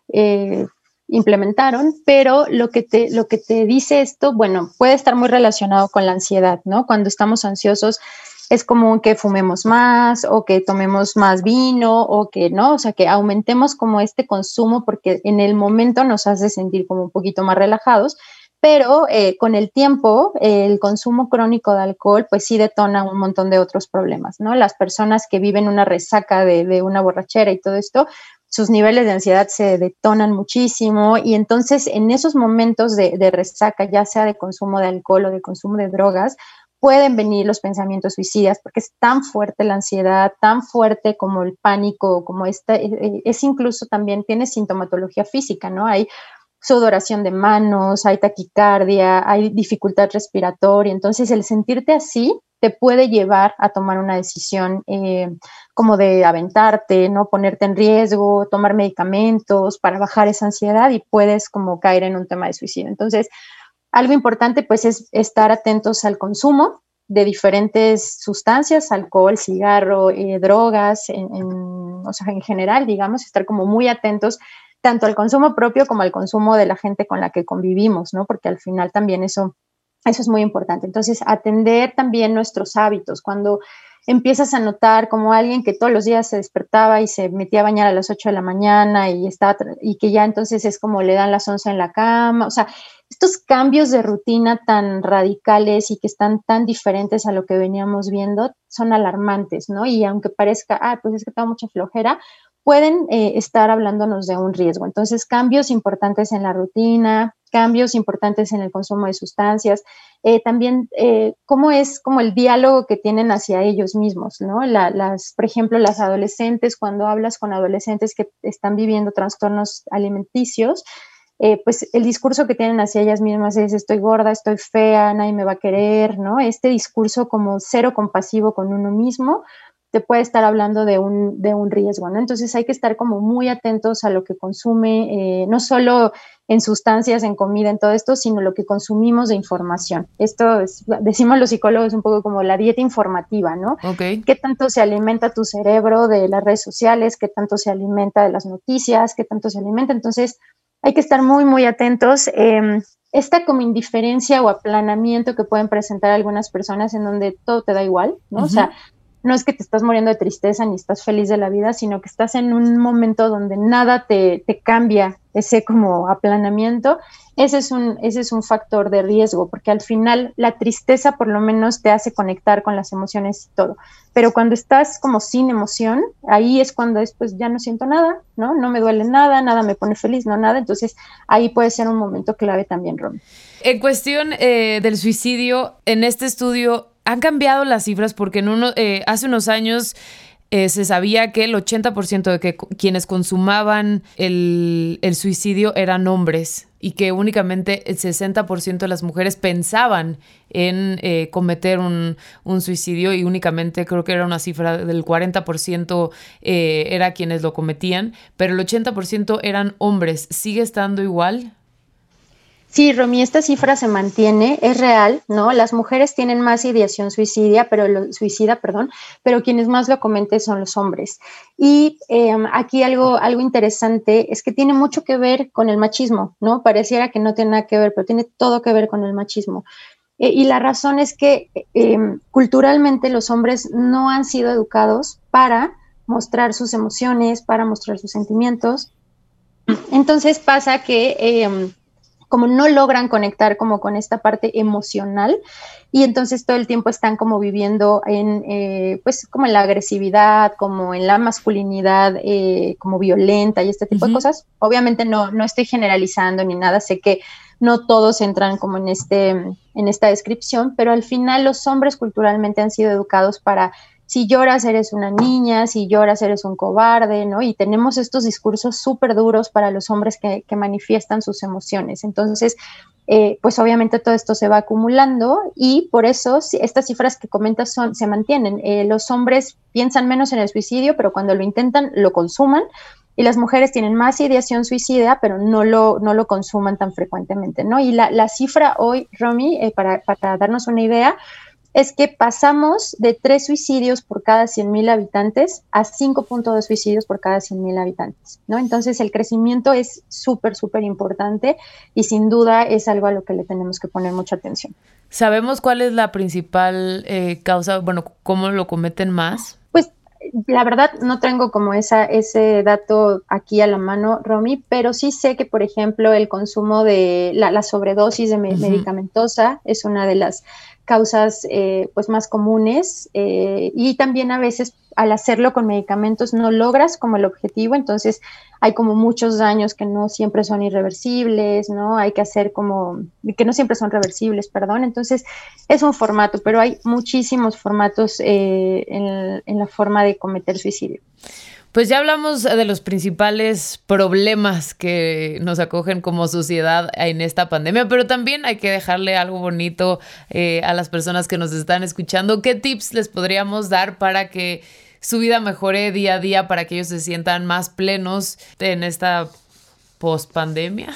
eh, implementaron, pero lo que, te, lo que te dice esto, bueno, puede estar muy relacionado con la ansiedad, ¿no? Cuando estamos ansiosos es común que fumemos más o que tomemos más vino o que, ¿no? O sea, que aumentemos como este consumo porque en el momento nos hace sentir como un poquito más relajados. Pero eh, con el tiempo, eh, el consumo crónico de alcohol, pues sí detona un montón de otros problemas, ¿no? Las personas que viven una resaca de, de una borrachera y todo esto, sus niveles de ansiedad se detonan muchísimo y entonces en esos momentos de, de resaca, ya sea de consumo de alcohol o de consumo de drogas, pueden venir los pensamientos suicidas porque es tan fuerte la ansiedad, tan fuerte como el pánico, como esta, es incluso también tiene sintomatología física, ¿no? Hay sudoración de manos, hay taquicardia, hay dificultad respiratoria. Entonces, el sentirte así te puede llevar a tomar una decisión eh, como de aventarte, ¿no? Ponerte en riesgo, tomar medicamentos para bajar esa ansiedad y puedes como caer en un tema de suicidio. Entonces, algo importante pues es estar atentos al consumo de diferentes sustancias, alcohol, cigarro, eh, drogas, en, en, o sea, en general, digamos, estar como muy atentos tanto al consumo propio como al consumo de la gente con la que convivimos, ¿no? Porque al final también eso, eso es muy importante. Entonces, atender también nuestros hábitos. Cuando empiezas a notar como alguien que todos los días se despertaba y se metía a bañar a las ocho de la mañana y, estaba, y que ya entonces es como le dan las once en la cama, o sea, estos cambios de rutina tan radicales y que están tan diferentes a lo que veníamos viendo son alarmantes, ¿no? Y aunque parezca, ah, pues es que tengo mucha flojera, pueden eh, estar hablándonos de un riesgo. Entonces, cambios importantes en la rutina, cambios importantes en el consumo de sustancias, eh, también eh, cómo es como el diálogo que tienen hacia ellos mismos, ¿no? La, las, por ejemplo, las adolescentes, cuando hablas con adolescentes que están viviendo trastornos alimenticios, eh, pues el discurso que tienen hacia ellas mismas es estoy gorda, estoy fea, nadie me va a querer, ¿no? Este discurso como cero compasivo con uno mismo, te puede estar hablando de un, de un riesgo, ¿no? Entonces hay que estar como muy atentos a lo que consume, eh, no solo en sustancias, en comida, en todo esto, sino lo que consumimos de información. Esto es, decimos los psicólogos, un poco como la dieta informativa, ¿no? Okay. ¿Qué tanto se alimenta tu cerebro de las redes sociales? ¿Qué tanto se alimenta de las noticias? ¿Qué tanto se alimenta? Entonces hay que estar muy, muy atentos. Eh, esta como indiferencia o aplanamiento que pueden presentar algunas personas en donde todo te da igual, ¿no? Uh-huh. O sea, no es que te estás muriendo de tristeza ni estás feliz de la vida, sino que estás en un momento donde nada te, te cambia ese como aplanamiento. Ese es, un, ese es un factor de riesgo, porque al final la tristeza por lo menos te hace conectar con las emociones y todo. Pero cuando estás como sin emoción, ahí es cuando después ya no siento nada, ¿no? No me duele nada, nada me pone feliz, no nada. Entonces ahí puede ser un momento clave también, Romy. En cuestión eh, del suicidio, en este estudio han cambiado las cifras porque en uno, eh, hace unos años eh, se sabía que el ochenta por ciento de que quienes consumaban el, el suicidio eran hombres y que únicamente el sesenta por ciento de las mujeres pensaban en eh, cometer un, un suicidio y únicamente creo que era una cifra del cuarenta por ciento eh, era quienes lo cometían, pero el ochenta por ciento eran hombres. ¿Sigue estando igual? Sí, Romy, esta cifra se mantiene, es real, ¿no? Las mujeres tienen más ideación suicida, pero lo, suicida, perdón, pero quienes más lo cometen son los hombres. Y eh, aquí algo, algo interesante es que tiene mucho que ver con el machismo, ¿no? Pareciera que no tiene nada que ver, pero tiene todo que ver con el machismo. Eh, y la razón es que eh, culturalmente los hombres no han sido educados para mostrar sus emociones, para mostrar sus sentimientos. Entonces pasa que Eh, como no logran conectar como con esta parte emocional y entonces todo el tiempo están como viviendo en, eh, pues como en la agresividad, como en la masculinidad eh, como violenta y este tipo uh-huh. de cosas. Obviamente no, no estoy generalizando ni nada, sé que no todos entran como en, este, en esta descripción, pero al final los hombres culturalmente han sido educados para si lloras eres una niña, si lloras eres un cobarde, ¿no? Y tenemos estos discursos súper duros para los hombres que, que manifiestan sus emociones. Entonces, eh, pues obviamente todo esto se va acumulando y por eso estas cifras que comentas son, se mantienen. Eh, los hombres piensan menos en el suicidio, pero cuando lo intentan, lo consuman. Y las mujeres tienen más ideación suicida, pero no lo, no lo consuman tan frecuentemente, ¿no? Y la, la cifra hoy, Romy, eh, para, para darnos una idea, es que pasamos de tres suicidios por cada cien mil habitantes a cinco punto dos suicidios por cada cien mil habitantes, ¿no? Entonces el crecimiento es súper, súper importante y sin duda es algo a lo que le tenemos que poner mucha atención. ¿Sabemos cuál es la principal eh, causa? Bueno, ¿cómo lo cometen más? Pues la verdad no tengo como esa, ese dato aquí a la mano, Romy, pero sí sé que, por ejemplo, el consumo de la, la sobredosis de me- uh-huh. medicamentosa es una de las causas eh, pues más comunes eh, y también a veces al hacerlo con medicamentos no logras como el objetivo, entonces hay como muchos daños que no siempre son irreversibles, ¿no? Hay que hacer como, que no siempre son reversibles, perdón, entonces es un formato, pero hay muchísimos formatos eh, en, en la forma de cometer suicidio. Pues ya hablamos de los principales problemas que nos acogen como sociedad en esta pandemia, pero también hay que dejarle algo bonito eh, a las personas que nos están escuchando. ¿Qué tips les podríamos dar para que su vida mejore día a día, para que ellos se sientan más plenos en esta post-pandemia?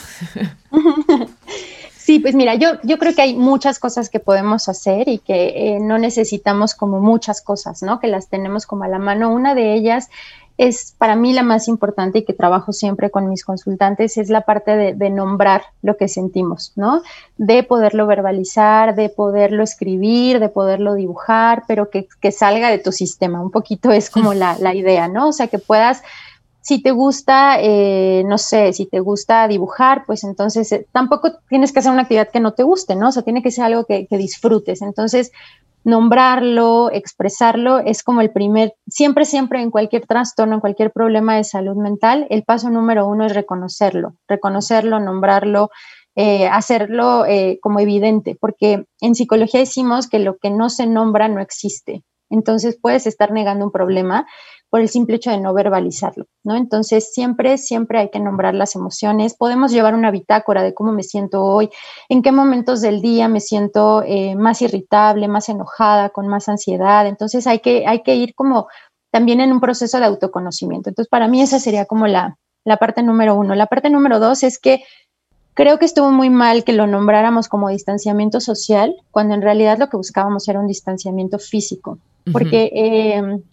Sí, pues mira, yo, yo creo que hay muchas cosas que podemos hacer y que eh, no necesitamos como muchas cosas, ¿no? Que las tenemos como a la mano. Una de ellas es para mí la más importante y que trabajo siempre con mis consultantes, es la parte de, de nombrar lo que sentimos, ¿no? De poderlo verbalizar, de poderlo escribir, de poderlo dibujar, pero que, que salga de tu sistema. Un poquito es como la, la idea, ¿no? O sea, que puedas... Si te gusta, eh, no sé, si te gusta dibujar, pues entonces eh, tampoco tienes que hacer una actividad que no te guste, ¿no? O sea, tiene que ser algo que, que disfrutes. Entonces, nombrarlo, expresarlo, es como el primer, siempre, siempre en cualquier trastorno, en cualquier problema de salud mental, el paso número uno es reconocerlo, reconocerlo, nombrarlo, eh, hacerlo eh, como evidente, porque en psicología decimos que lo que no se nombra no existe. Entonces, puedes estar negando un problema por el simple hecho de no verbalizarlo, ¿no? Entonces, siempre, siempre hay que nombrar las emociones. Podemos llevar una bitácora de cómo me siento hoy, en qué momentos del día me siento eh, más irritable, más enojada, con más ansiedad. Entonces, hay que, hay que ir como también en un proceso de autoconocimiento. Entonces, para mí esa sería como la, la parte número uno. La parte número dos es que creo que estuvo muy mal que lo nombráramos como distanciamiento social, cuando en realidad lo que buscábamos era un distanciamiento físico, porque... Uh-huh. eh,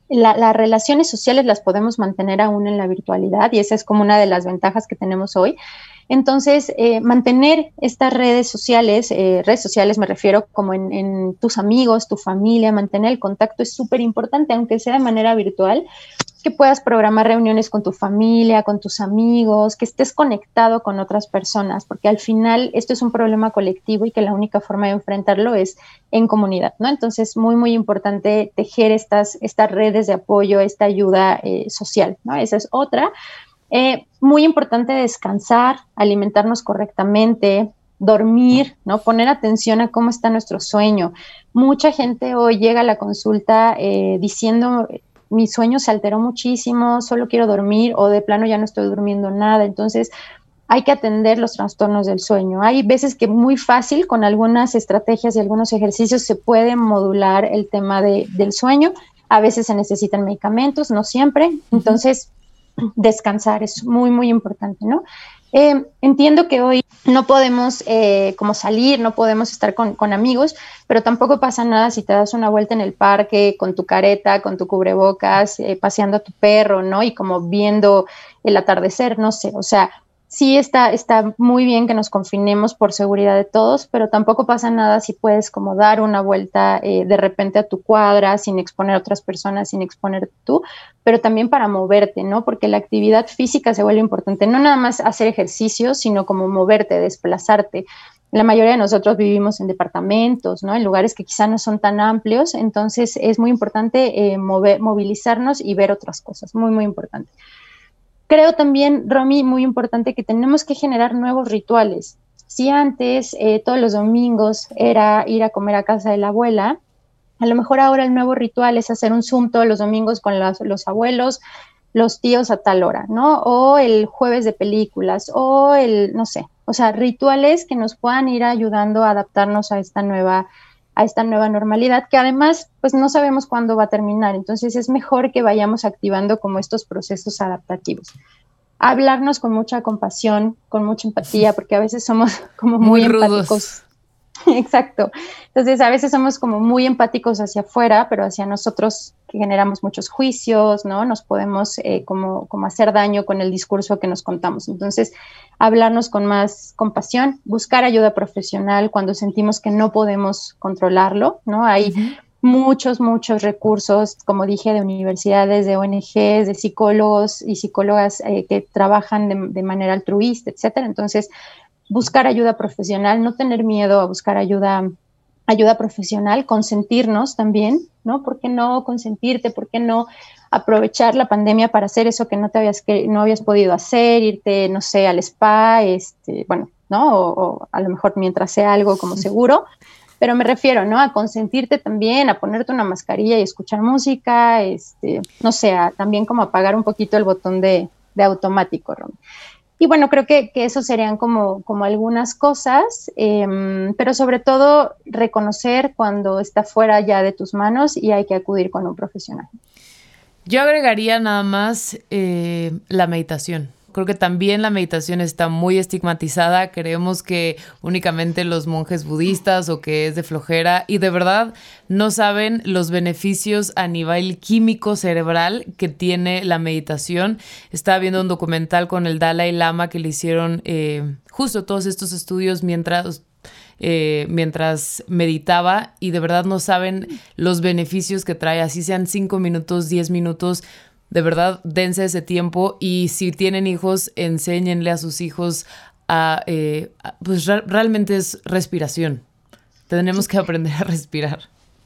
la, las relaciones sociales las podemos mantener aún en la virtualidad y esa es como una de las ventajas que tenemos hoy. Entonces, eh, mantener estas redes sociales, eh, redes sociales me refiero como en, en tus amigos, tu familia, mantener el contacto es súper importante, aunque sea de manera virtual, que puedas programar reuniones con tu familia, con tus amigos, que estés conectado con otras personas, porque al final esto es un problema colectivo y que la única forma de enfrentarlo es en comunidad, ¿no? Entonces, muy, muy importante tejer estas, estas redes de apoyo, esta ayuda eh, social, ¿no? Esa es otra. Eh, muy importante descansar, alimentarnos correctamente, dormir, ¿no? Poner atención a cómo está nuestro sueño. Mucha gente hoy llega a la consulta eh, diciendo, mi sueño se alteró muchísimo, solo quiero dormir o de plano ya no estoy durmiendo nada. Entonces, hay que atender los trastornos del sueño. Hay veces que muy fácil, con algunas estrategias y algunos ejercicios, se puede modular el tema de, del sueño. A veces se necesitan medicamentos, no siempre. Entonces, descansar es muy, muy importante, ¿no? Eh, entiendo que hoy no podemos eh, como salir, no podemos estar con, con amigos, pero tampoco pasa nada si te das una vuelta en el parque con tu careta, con tu cubrebocas, eh, paseando a tu perro, ¿no? Y como viendo el atardecer, no sé, o sea, sí está, está muy bien que nos confinemos por seguridad de todos, pero tampoco pasa nada si puedes como dar una vuelta eh, de repente a tu cuadra sin exponer a otras personas, sin exponerte tú, pero también para moverte, ¿no? Porque la actividad física se vuelve importante, no nada más hacer ejercicio, sino como moverte, desplazarte. La mayoría de nosotros vivimos en departamentos, ¿no? En lugares que quizá no son tan amplios, entonces es muy importante eh, mover, movilizarnos y ver otras cosas, muy, muy importante. Creo también, Romy, muy importante que tenemos que generar nuevos rituales. Si antes eh, todos los domingos era ir a comer a casa de la abuela, a lo mejor ahora el nuevo ritual es hacer un Zoom todos los domingos con los, los abuelos, los tíos a tal hora, ¿no? O el jueves de películas, o el, no sé, o sea, rituales que nos puedan ir ayudando a adaptarnos a esta nueva a esta nueva normalidad, que además, pues no sabemos cuándo va a terminar. Entonces es mejor que vayamos activando como estos procesos adaptativos. Hablarnos con mucha compasión, con mucha empatía, porque a veces somos como muy, muy empáticos. Exacto. Entonces a veces somos como muy empáticos hacia afuera, pero hacia nosotros que generamos muchos juicios, ¿no? Nos podemos eh, como, como hacer daño con el discurso que nos contamos. Entonces, hablarnos con más compasión, buscar ayuda profesional cuando sentimos que no podemos controlarlo, ¿no? Hay uh-huh. muchos, muchos recursos, como dije, de universidades, de O N Ges, de psicólogos y psicólogas eh, que trabajan de, de manera altruista, etcétera. Entonces, buscar ayuda profesional, no tener miedo a buscar ayuda, ayuda profesional, consentirnos también, ¿no? ¿Por qué no consentirte? ¿Por qué no aprovechar la pandemia para hacer eso que no te habías, que no habías podido hacer? Irte, no sé, al spa, este, bueno, ¿no? O, o a lo mejor mientras sea algo como seguro, pero me refiero, ¿no? A consentirte también, a ponerte una mascarilla y escuchar música, este, no sé, a, también como apagar un poquito el botón de, de automático, Romy. Y bueno, creo que, que eso serían como, como algunas cosas, eh, pero sobre todo reconocer cuando está fuera ya de tus manos y hay que acudir con un profesional. Yo agregaría nada más eh, la meditación. Creo que también la meditación está muy estigmatizada. Creemos que únicamente los monjes budistas o que es de flojera y de verdad no saben los beneficios a nivel químico cerebral que tiene la meditación. Estaba viendo un documental con el Dalai Lama que le hicieron eh, justo todos estos estudios mientras... Eh, mientras meditaba y de verdad no saben los beneficios que trae, así sean cinco minutos, diez minutos, de verdad dense ese tiempo y si tienen hijos, enséñenle a sus hijos a, eh, a pues re- realmente es respiración, tenemos que aprender a respirar.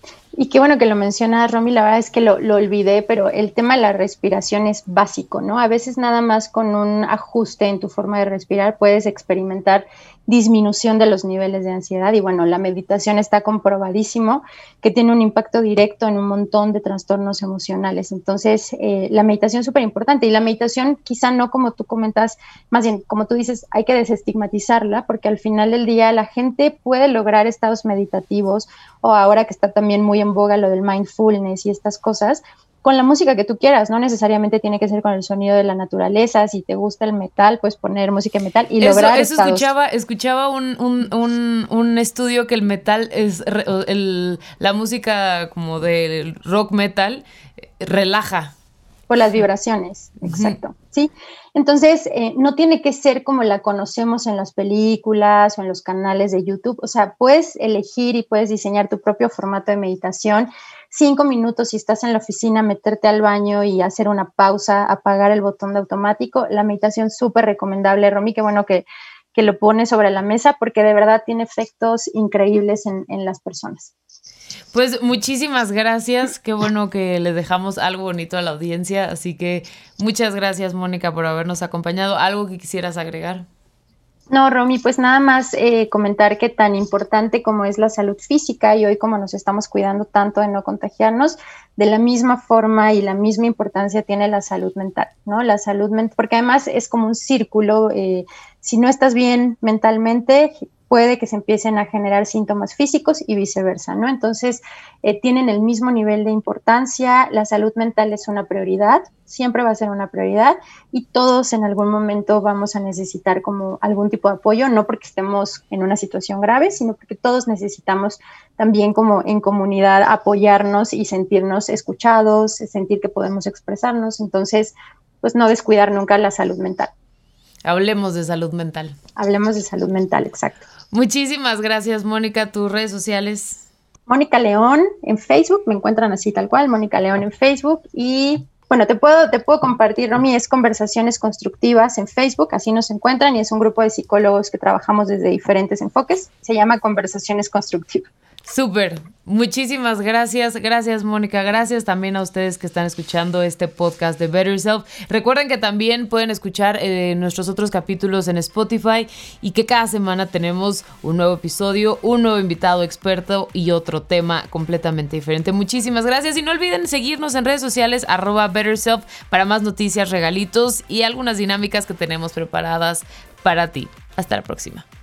Y qué bueno que lo mencionas, Romy, la verdad es que lo, lo olvidé, pero el tema de la respiración es básico, ¿no? A veces nada más con un ajuste en tu forma de respirar puedes experimentar disminución de los niveles de ansiedad y bueno, la meditación está comprobadísimo que tiene un impacto directo en un montón de trastornos emocionales. Entonces, eh, la meditación es súper importante y la meditación quizá no como tú comentas, más bien como tú dices, hay que desestigmatizarla porque al final del día la gente puede lograr estados meditativos o ahora que está también muy en boga lo del mindfulness y estas cosas, con la música que tú quieras, no necesariamente tiene que ser con el sonido de la naturaleza. Si te gusta el metal, pues poner música de metal y eso, lograr eso estados. escuchaba, escuchaba un, un, un, un estudio que el metal es el, la música como del rock metal relaja. Por las vibraciones, exacto, uh-huh. ¿Sí? Entonces, eh, no tiene que ser como la conocemos en las películas o en los canales de YouTube. O sea, puedes elegir y puedes diseñar tu propio formato de meditación. Cinco minutos si estás en la oficina, meterte al baño y hacer una pausa, apagar el botón de automático. La meditación súper recomendable, Romy, qué bueno que, que lo pones sobre la mesa porque de verdad tiene efectos increíbles en, en las personas. Pues muchísimas gracias, qué bueno que le dejamos algo bonito a la audiencia, así que muchas gracias, Mónica, por habernos acompañado. ¿Algo que quisieras agregar? No, Romy, pues nada más eh, comentar que tan importante como es la salud física y hoy como nos estamos cuidando tanto de no contagiarnos, de la misma forma y la misma importancia tiene la salud mental, ¿no? La salud mental, porque además es como un círculo, eh, si no estás bien mentalmente, puede que se empiecen a generar síntomas físicos y viceversa, ¿no? Entonces, eh, tienen el mismo nivel de importancia, la salud mental es una prioridad, siempre va a ser una prioridad y todos en algún momento vamos a necesitar como algún tipo de apoyo, no porque estemos en una situación grave, sino porque todos necesitamos también como en comunidad apoyarnos y sentirnos escuchados, sentir que podemos expresarnos, entonces, pues no descuidar nunca la salud mental. Hablemos de salud mental. Hablemos de salud mental, exacto. Muchísimas gracias, Mónica. ¿Tus redes sociales? Mónica León en Facebook, me encuentran así tal cual, Mónica León en Facebook. Y bueno, te puedo, te puedo compartir, Romy, es Conversaciones Constructivas en Facebook, así nos encuentran y es un grupo de psicólogos que trabajamos desde diferentes enfoques. Se llama Conversaciones Constructivas. Súper, muchísimas gracias, gracias Mónica, gracias también a ustedes que están escuchando este podcast de Better Self. Recuerden que también pueden escuchar eh, nuestros otros capítulos en Spotify y que cada semana tenemos un nuevo episodio, un nuevo invitado experto y otro tema completamente diferente. Muchísimas gracias y no olviden seguirnos en redes sociales arroba Better Self para más noticias, regalitos y algunas dinámicas que tenemos preparadas para ti. Hasta la próxima.